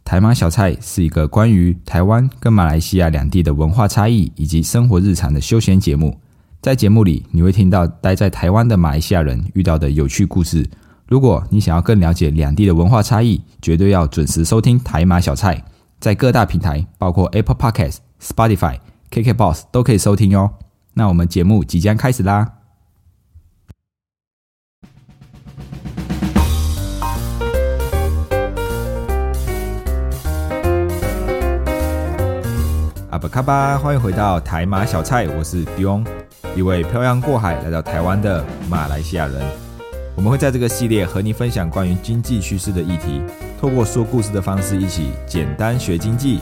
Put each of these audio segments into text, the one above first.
台马小菜是一个关于台湾跟马来西亚两地的文化差异以及生活日常的休闲节目。在节目里，你会听到待在台湾的马来西亚人遇到的有趣故事。如果你想要更了解两地的文化差异，绝对要准时收听台马小菜。在各大平台，包括 Apple Podcast、Spotify、KKBOX 都可以收听哟。那我们节目即将开始啦！阿巴卡巴，欢迎回到台马小菜，我是 Dion， 一位漂洋过海来到台湾的马来西亚人。我们会在这个系列和你分享关于经济趋势的议题，透过说故事的方式，一起简单学经济。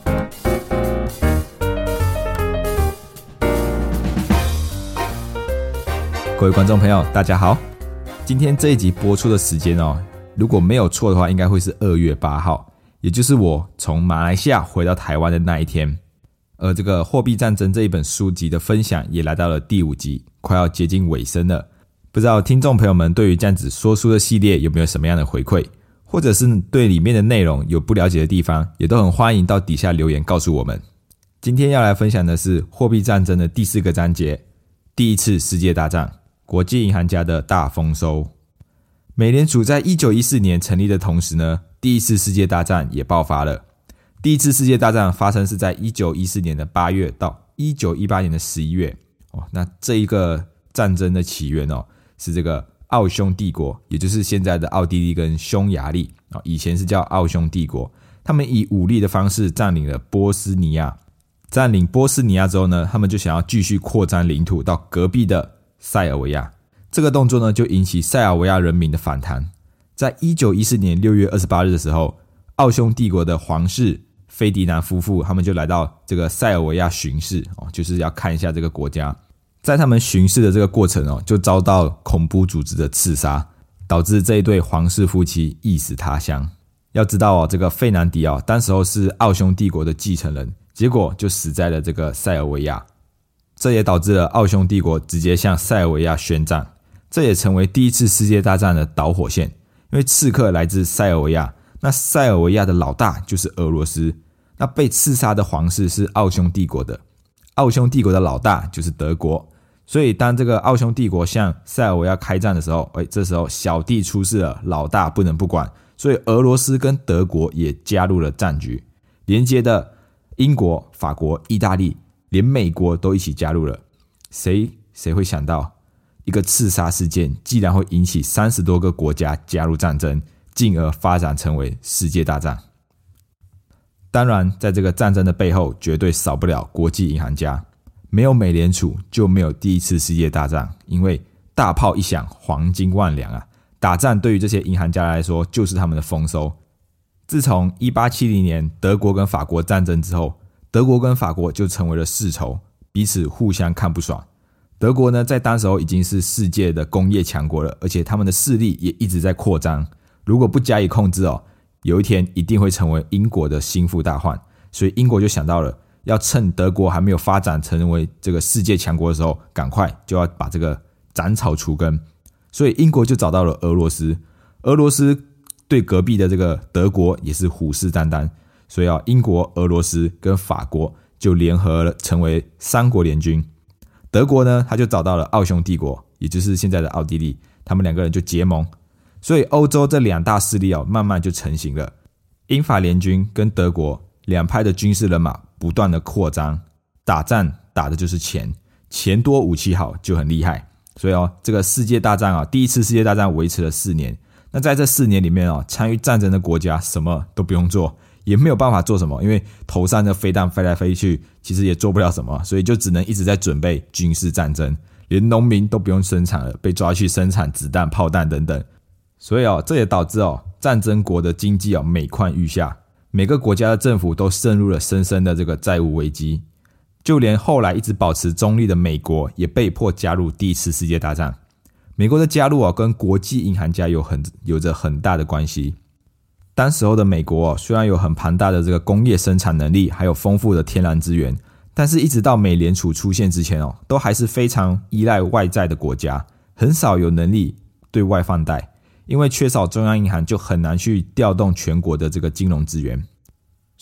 各位观众朋友，大家好！今天这一集播出的时间如果没有错的话，应该会是2月8号，也就是我从马来西亚回到台湾的那一天。而这个货币战争这一本书籍的分享也来到了第5集，快要接近尾声了。不知道听众朋友们对于这样子说书的系列有没有什么样的回馈，或者是对里面的内容有不了解的地方，也都很欢迎到底下留言告诉我们。今天要来分享的是货币战争的第4个章节，第一次世界大战，国际银行家的大丰收。美联储在1914年成立的同时呢，第一次世界大战也爆发了。第一次世界大战发生是在1914年的8月到1918年的11月。那这一个战争的起源是这个奥匈帝国，也就是现在的奥地利跟匈牙利，以前是叫奥匈帝国。他们以武力的方式占领了波斯尼亚。占领波斯尼亚之后呢，他们就想要继续扩张领土到隔壁的塞尔维亚。这个动作呢，就引起塞尔维亚人民的反弹。在1914年6月28日的时候，奥匈帝国的皇室费迪南夫妇他们就来到这个塞尔维亚巡视，就是要看一下这个国家。在他们巡视的这个过程就遭到恐怖组织的刺杀，导致这一对皇室夫妻意死他乡。要知道这个费南迪当时候是奥匈帝国的继承人，结果就死在了这个塞尔维亚。这也导致了奥匈帝国直接向塞尔维亚宣战，这也成为第一次世界大战的导火线。因为刺客来自塞尔维亚，那塞尔维亚的老大就是俄罗斯，那被刺杀的皇室是奥匈帝国的，奥匈帝国的老大就是德国。所以当这个奥匈帝国向塞尔维亚开战的时候，这时候小弟出事了，老大不能不管，所以俄罗斯跟德国也加入了战局。连接的英国、法国、意大利，连美国都一起加入了。谁会想到一个刺杀事件竟然会引起30多个国家加入战争，进而发展成为世界大战。当然在这个战争的背后绝对少不了国际银行家，没有美联储就没有第一次世界大战。因为大炮一响，黄金万两啊，打仗对于这些银行家来说就是他们的丰收。自从1870年德国跟法国战争之后，德国跟法国就成为了世仇，彼此互相看不爽。德国呢，在当时候已经是世界的工业强国了，而且他们的势力也一直在扩张。如果不加以控制有一天一定会成为英国的心腹大患。所以英国就想到了要趁德国还没有发展成为这个世界强国的时候，赶快就要把这个斩草除根。所以英国就找到了俄罗斯，俄罗斯对隔壁的这个德国也是虎视眈眈，所以英国、俄罗斯跟法国就联合了成为3国联军。德国呢，他就找到了奥匈帝国，也就是现在的奥地利，他们2个人就结盟。所以欧洲这2大势力慢慢就成型了。英法联军跟德国两派的军事人马不断的扩张，打仗打的就是钱，钱多武器好就很厉害。所以这个世界大战第一次世界大战维持了4年。那在这4年里面参与战争的国家什么都不用做，也没有办法做什么，因为头上的飞弹飞来飞去，其实也做不了什么，所以就只能一直在准备军事战争，连农民都不用生产了，被抓去生产子弹、炮弹等等。所以这也导致战争国的经济每况愈下，每个国家的政府都陷入了深深的这个债务危机。就连后来一直保持中立的美国也被迫加入第一次世界大战。美国的加入跟国际银行家有着很大的关系。当时候的美国虽然有很庞大的这个工业生产能力，还有丰富的天然资源，但是一直到美联储出现之前都还是非常依赖外债的国家，很少有能力对外放贷。因为缺少中央银行，就很难去调动全国的这个金融资源。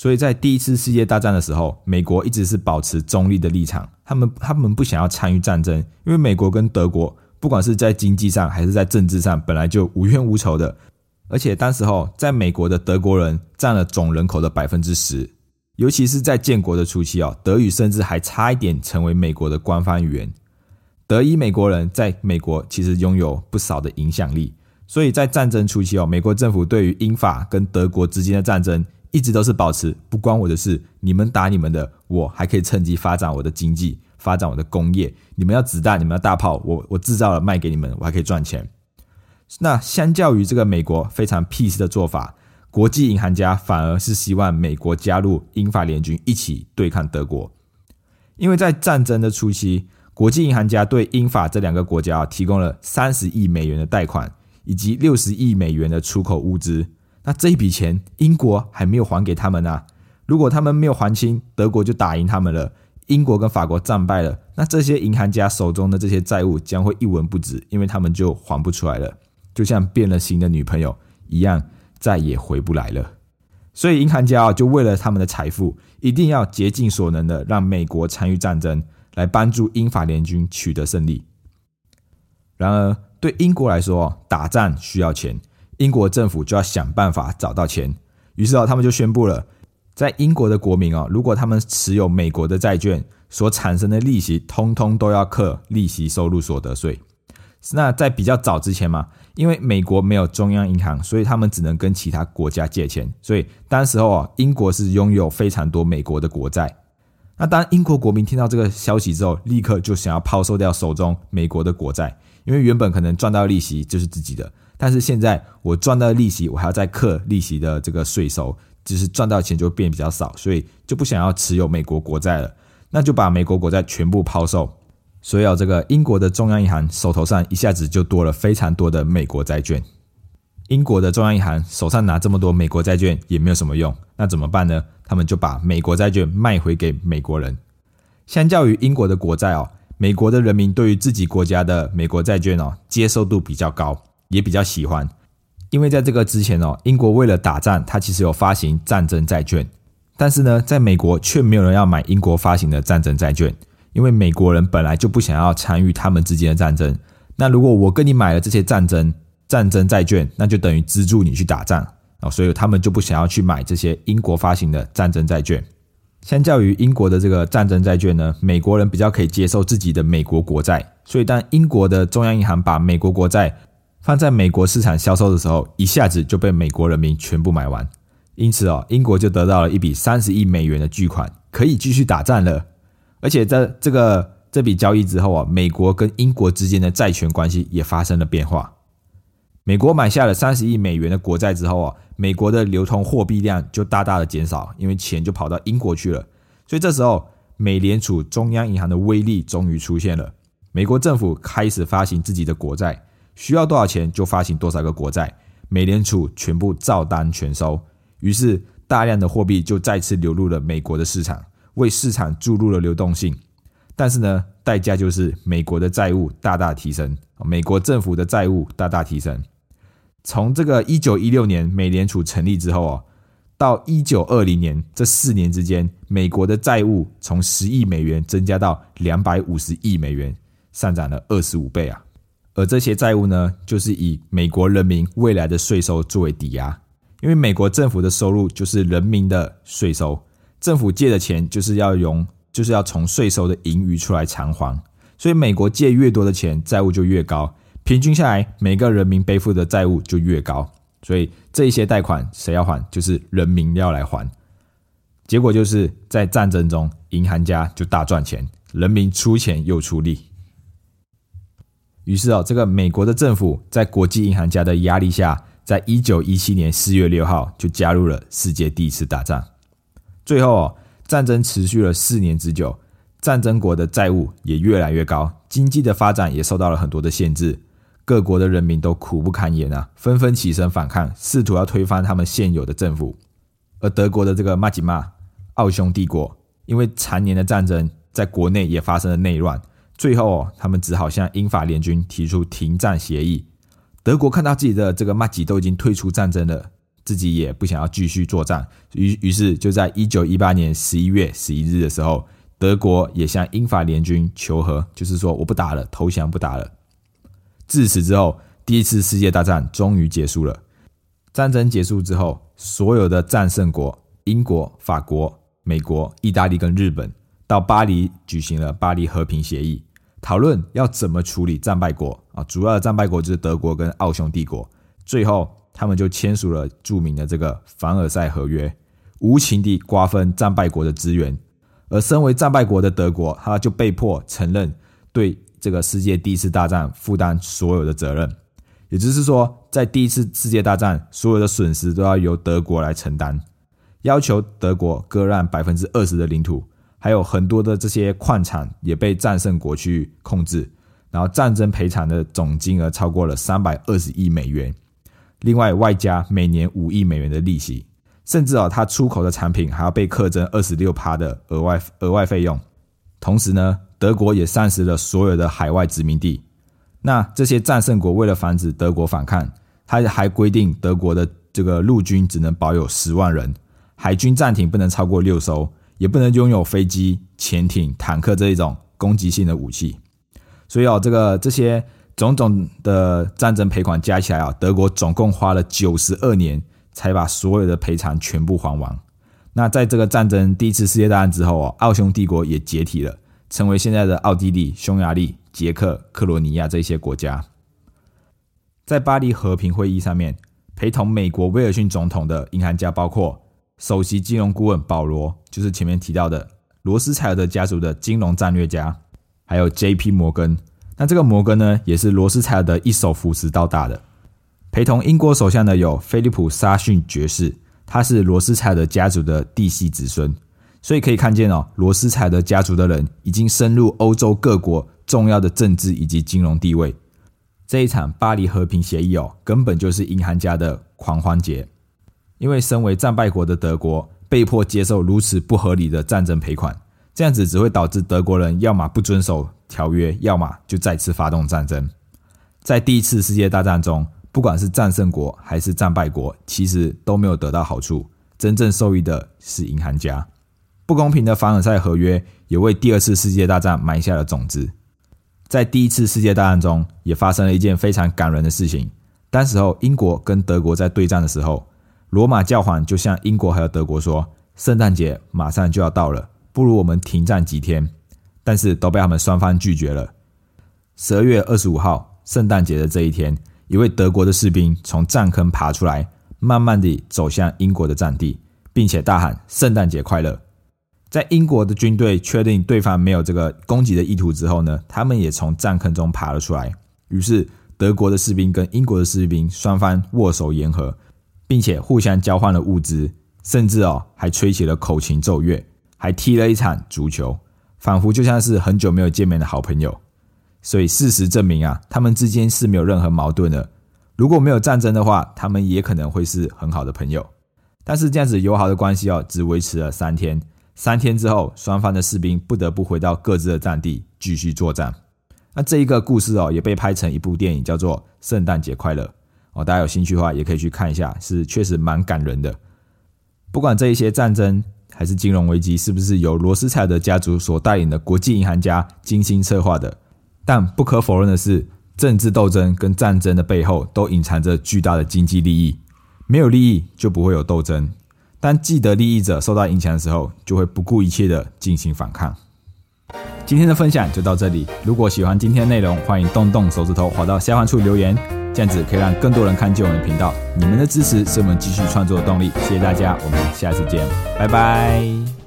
所以在第一次世界大战的时候，美国一直是保持中立的立场，他们不想要参与战争，因为美国跟德国不管是在经济上还是在政治上本来就无冤无仇的，而且当时候在美国的德国人占了总人口的 10%， 尤其是在建国的初期德语甚至还差一点成为美国的官方语言。德裔美国人在美国其实拥有不少的影响力，所以在战争初期美国政府对于英法跟德国之间的战争一直都是保持不关我的事，你们打你们的，我还可以趁机发展我的经济，发展我的工业，你们要子弹，你们要大炮，我制造了卖给你们，我还可以赚钱。那相较于这个美国非常 peace 的做法，国际银行家反而是希望美国加入英法联军一起对抗德国。因为在战争的初期，国际银行家对英法这两个国家提供了30亿美元的贷款，以及60亿美元的出口物资。那这一笔钱英国还没有还给他们啊，如果他们没有还清，德国就打赢他们了，英国跟法国战败了，那这些银行家手中的这些债务将会一文不值，因为他们就还不出来了，就像变了心的女朋友一样，再也回不来了。所以银行家就为了他们的财富，一定要竭尽所能的让美国参与战争，来帮助英法联军取得胜利。然而对英国来说，打仗需要钱，英国政府就要想办法找到钱。于是他们就宣布了，在英国的国民如果他们持有美国的债券，所产生的利息通通都要课利息收入所得税。那在比较早之前嘛，因为美国没有中央银行，所以他们只能跟其他国家借钱，所以当时候英国是拥有非常多美国的国债。那当英国国民听到这个消息之后，立刻就想要抛售掉手中美国的国债，因为原本可能赚到利息就是自己的，但是现在我赚到利息，我还要再课利息的这个税收，就是赚到钱就变比较少，所以就不想要持有美国国债了，那就把美国国债全部抛售。所以这个英国的中央银行手头上一下子就多了非常多的美国债券。英国的中央银行手上拿这么多美国债券也没有什么用，那怎么办呢？他们就把美国债券卖回给美国人。相较于英国的国债美国的人民对于自己国家的美国债券接受度比较高，也比较喜欢。因为在这个之前英国为了打仗，它其实有发行战争债券，但是呢，在美国却没有人要买英国发行的战争债券，因为美国人本来就不想要参与他们之间的战争。那如果我跟你买了这些战争债券，那就等于资助你去打仗，所以他们就不想要去买这些英国发行的战争债券。相较于英国的这个战争债券呢，美国人比较可以接受自己的美国国债，所以当英国的中央银行把美国国债放在美国市场销售的时候，一下子就被美国人民全部买完。因此英国就得到了一笔30亿美元的巨款，可以继续打仗了。而且在这笔交易之后美国跟英国之间的债权关系也发生了变化。美国买下了30亿美元的国债之后美国的流通货币量就大大的减少，因为钱就跑到英国去了。所以这时候美联储中央银行的威力终于出现了，美国政府开始发行自己的国债，需要多少钱就发行多少个国债，美联储全部照单全收。于是大量的货币就再次流入了美国的市场，为市场注入了流动性。但是呢，代价就是美国的债务大大提升，美国政府的债务大大提升。从这个1916年美联储成立之后到1920年这4年之间，美国的债务从10亿美元增加到250亿美元，上涨了25倍啊！而这些债务呢，就是以美国人民未来的税收作为抵押，因为美国政府的收入就是人民的税收，政府借的钱就是要从税收的盈余出来偿还，所以美国借越多的钱，债务就越高，平均下来每个人民背负的债务就越高，所以这一些贷款谁要还？就是人民要来还。结果就是在战争中，银行家就大赚钱，人民出钱又出力。于是这个美国的政府在国际银行家的压力下，在1917年4月6号就加入了世界第一次大战。最后战争持续了4年之久，战争国的债务也越来越高，经济的发展也受到了很多的限制，各国的人民都苦不堪言纷纷起身反抗，试图要推翻他们现有的政府。而德国的这个马吉马奥匈帝国，因为常年的战争，在国内也发生了内乱，最后他们只好向英法联军提出停战协议。德国看到自己的这个马吉都已经退出战争了， 自己也不想要继续作战，于是就在1918年11月11日的时候，德国也向英法联军求和，就是说我不打了，投降不打了。自此之后，第一次世界大战终于结束了。战争结束之后，所有的战胜国英国、法国、美国、意大利跟日本到巴黎举行了巴黎和平协议，讨论要怎么处理战败国主要的战败国就是德国跟奥匈帝国。最后他们就签署了著名的这个凡尔赛合约，无情地瓜分战败国的资源。而身为战败国的德国，他就被迫承认对这个世界第一次大战负担所有的责任。也就是说，在第一次世界大战，所有的损失都要由德国来承担，要求德国割让 20% 的领土，还有很多的这些矿产也被战胜国去控制，然后战争赔偿的总金额超过了320亿美元，另外外加每年5亿美元的利息，甚至它出口的产品还要被课征 26% 的额外费用。同时呢，德国也丧失了所有的海外殖民地。那这些战胜国为了防止德国反抗，他还规定德国的这个陆军只能保有10万人，海军战艇不能超过6艘，也不能拥有飞机、潜艇、坦克这一种攻击性的武器。所以这些种种的战争赔款加起来德国总共花了92年才把所有的赔偿全部还完。那在这个战争第一次世界大战之后奥匈帝国也解体了，成为现在的奥地利、匈牙利、捷克、克罗尼亚这些国家。在巴黎和平会议上面，陪同美国威尔逊总统的银行家包括首席金融顾问保罗，就是前面提到的罗斯柴尔德家族的金融战略家，还有 JP 摩根。那这个摩根呢，也是罗斯柴尔德一手扶持到大的。陪同英国首相的有菲利普沙逊爵士，他是罗斯柴尔德家族的嫡系子孙。所以可以看见罗斯柴尔德家族的人已经深入欧洲各国重要的政治以及金融地位。这一场巴黎和平协议根本就是银行家的狂欢节。因为身为战败国的德国被迫接受如此不合理的战争赔款，这样子只会导致德国人要么不遵守条约，要么就再次发动战争。在第一次世界大战中，不管是战胜国还是战败国，其实都没有得到好处，真正受益的是银行家。不公平的凡尔赛合约也为第二次世界大战埋下了种子。在第一次世界大战中也发生了一件非常感人的事情，当时候英国跟德国在对战的时候，罗马教皇就向英国还有德国说，圣诞节马上就要到了，不如我们停战几天，但是都被他们双方拒绝了。12月25号圣诞节的这一天，一位德国的士兵从战坑爬出来，慢慢地走向英国的战地，并且大喊圣诞节快乐。在英国的军队确定对方没有这个攻击的意图之后呢，他们也从战坑中爬了出来。于是德国的士兵跟英国的士兵双方握手言和，并且互相交换了物资，甚至还吹起了口琴奏乐，还踢了一场足球，仿佛就像是很久没有见面的好朋友。所以事实证明他们之间是没有任何矛盾的。如果没有战争的话，他们也可能会是很好的朋友。但是这样子友好的关系只维持了3天。3天之后，双方的士兵不得不回到各自的战地继续作战。那这一个故事也被拍成一部电影，叫做《圣诞节快乐》大家有兴趣的话也可以去看一下，是确实蛮感人的。不管这一些战争还是金融危机是不是由罗斯柴尔德家族所带领的国际银行家精心策划的，但不可否认的是，政治斗争跟战争的背后都隐藏着巨大的经济利益。没有利益就不会有斗争，当既得利益者受到影响的时候，就会不顾一切的进行反抗。今天的分享就到这里，如果喜欢今天的内容，欢迎动手指头滑到下方处留言，这样子可以让更多人看见我们的频道。你们的支持是我们继续创作的动力，谢谢大家，我们下次见，拜拜。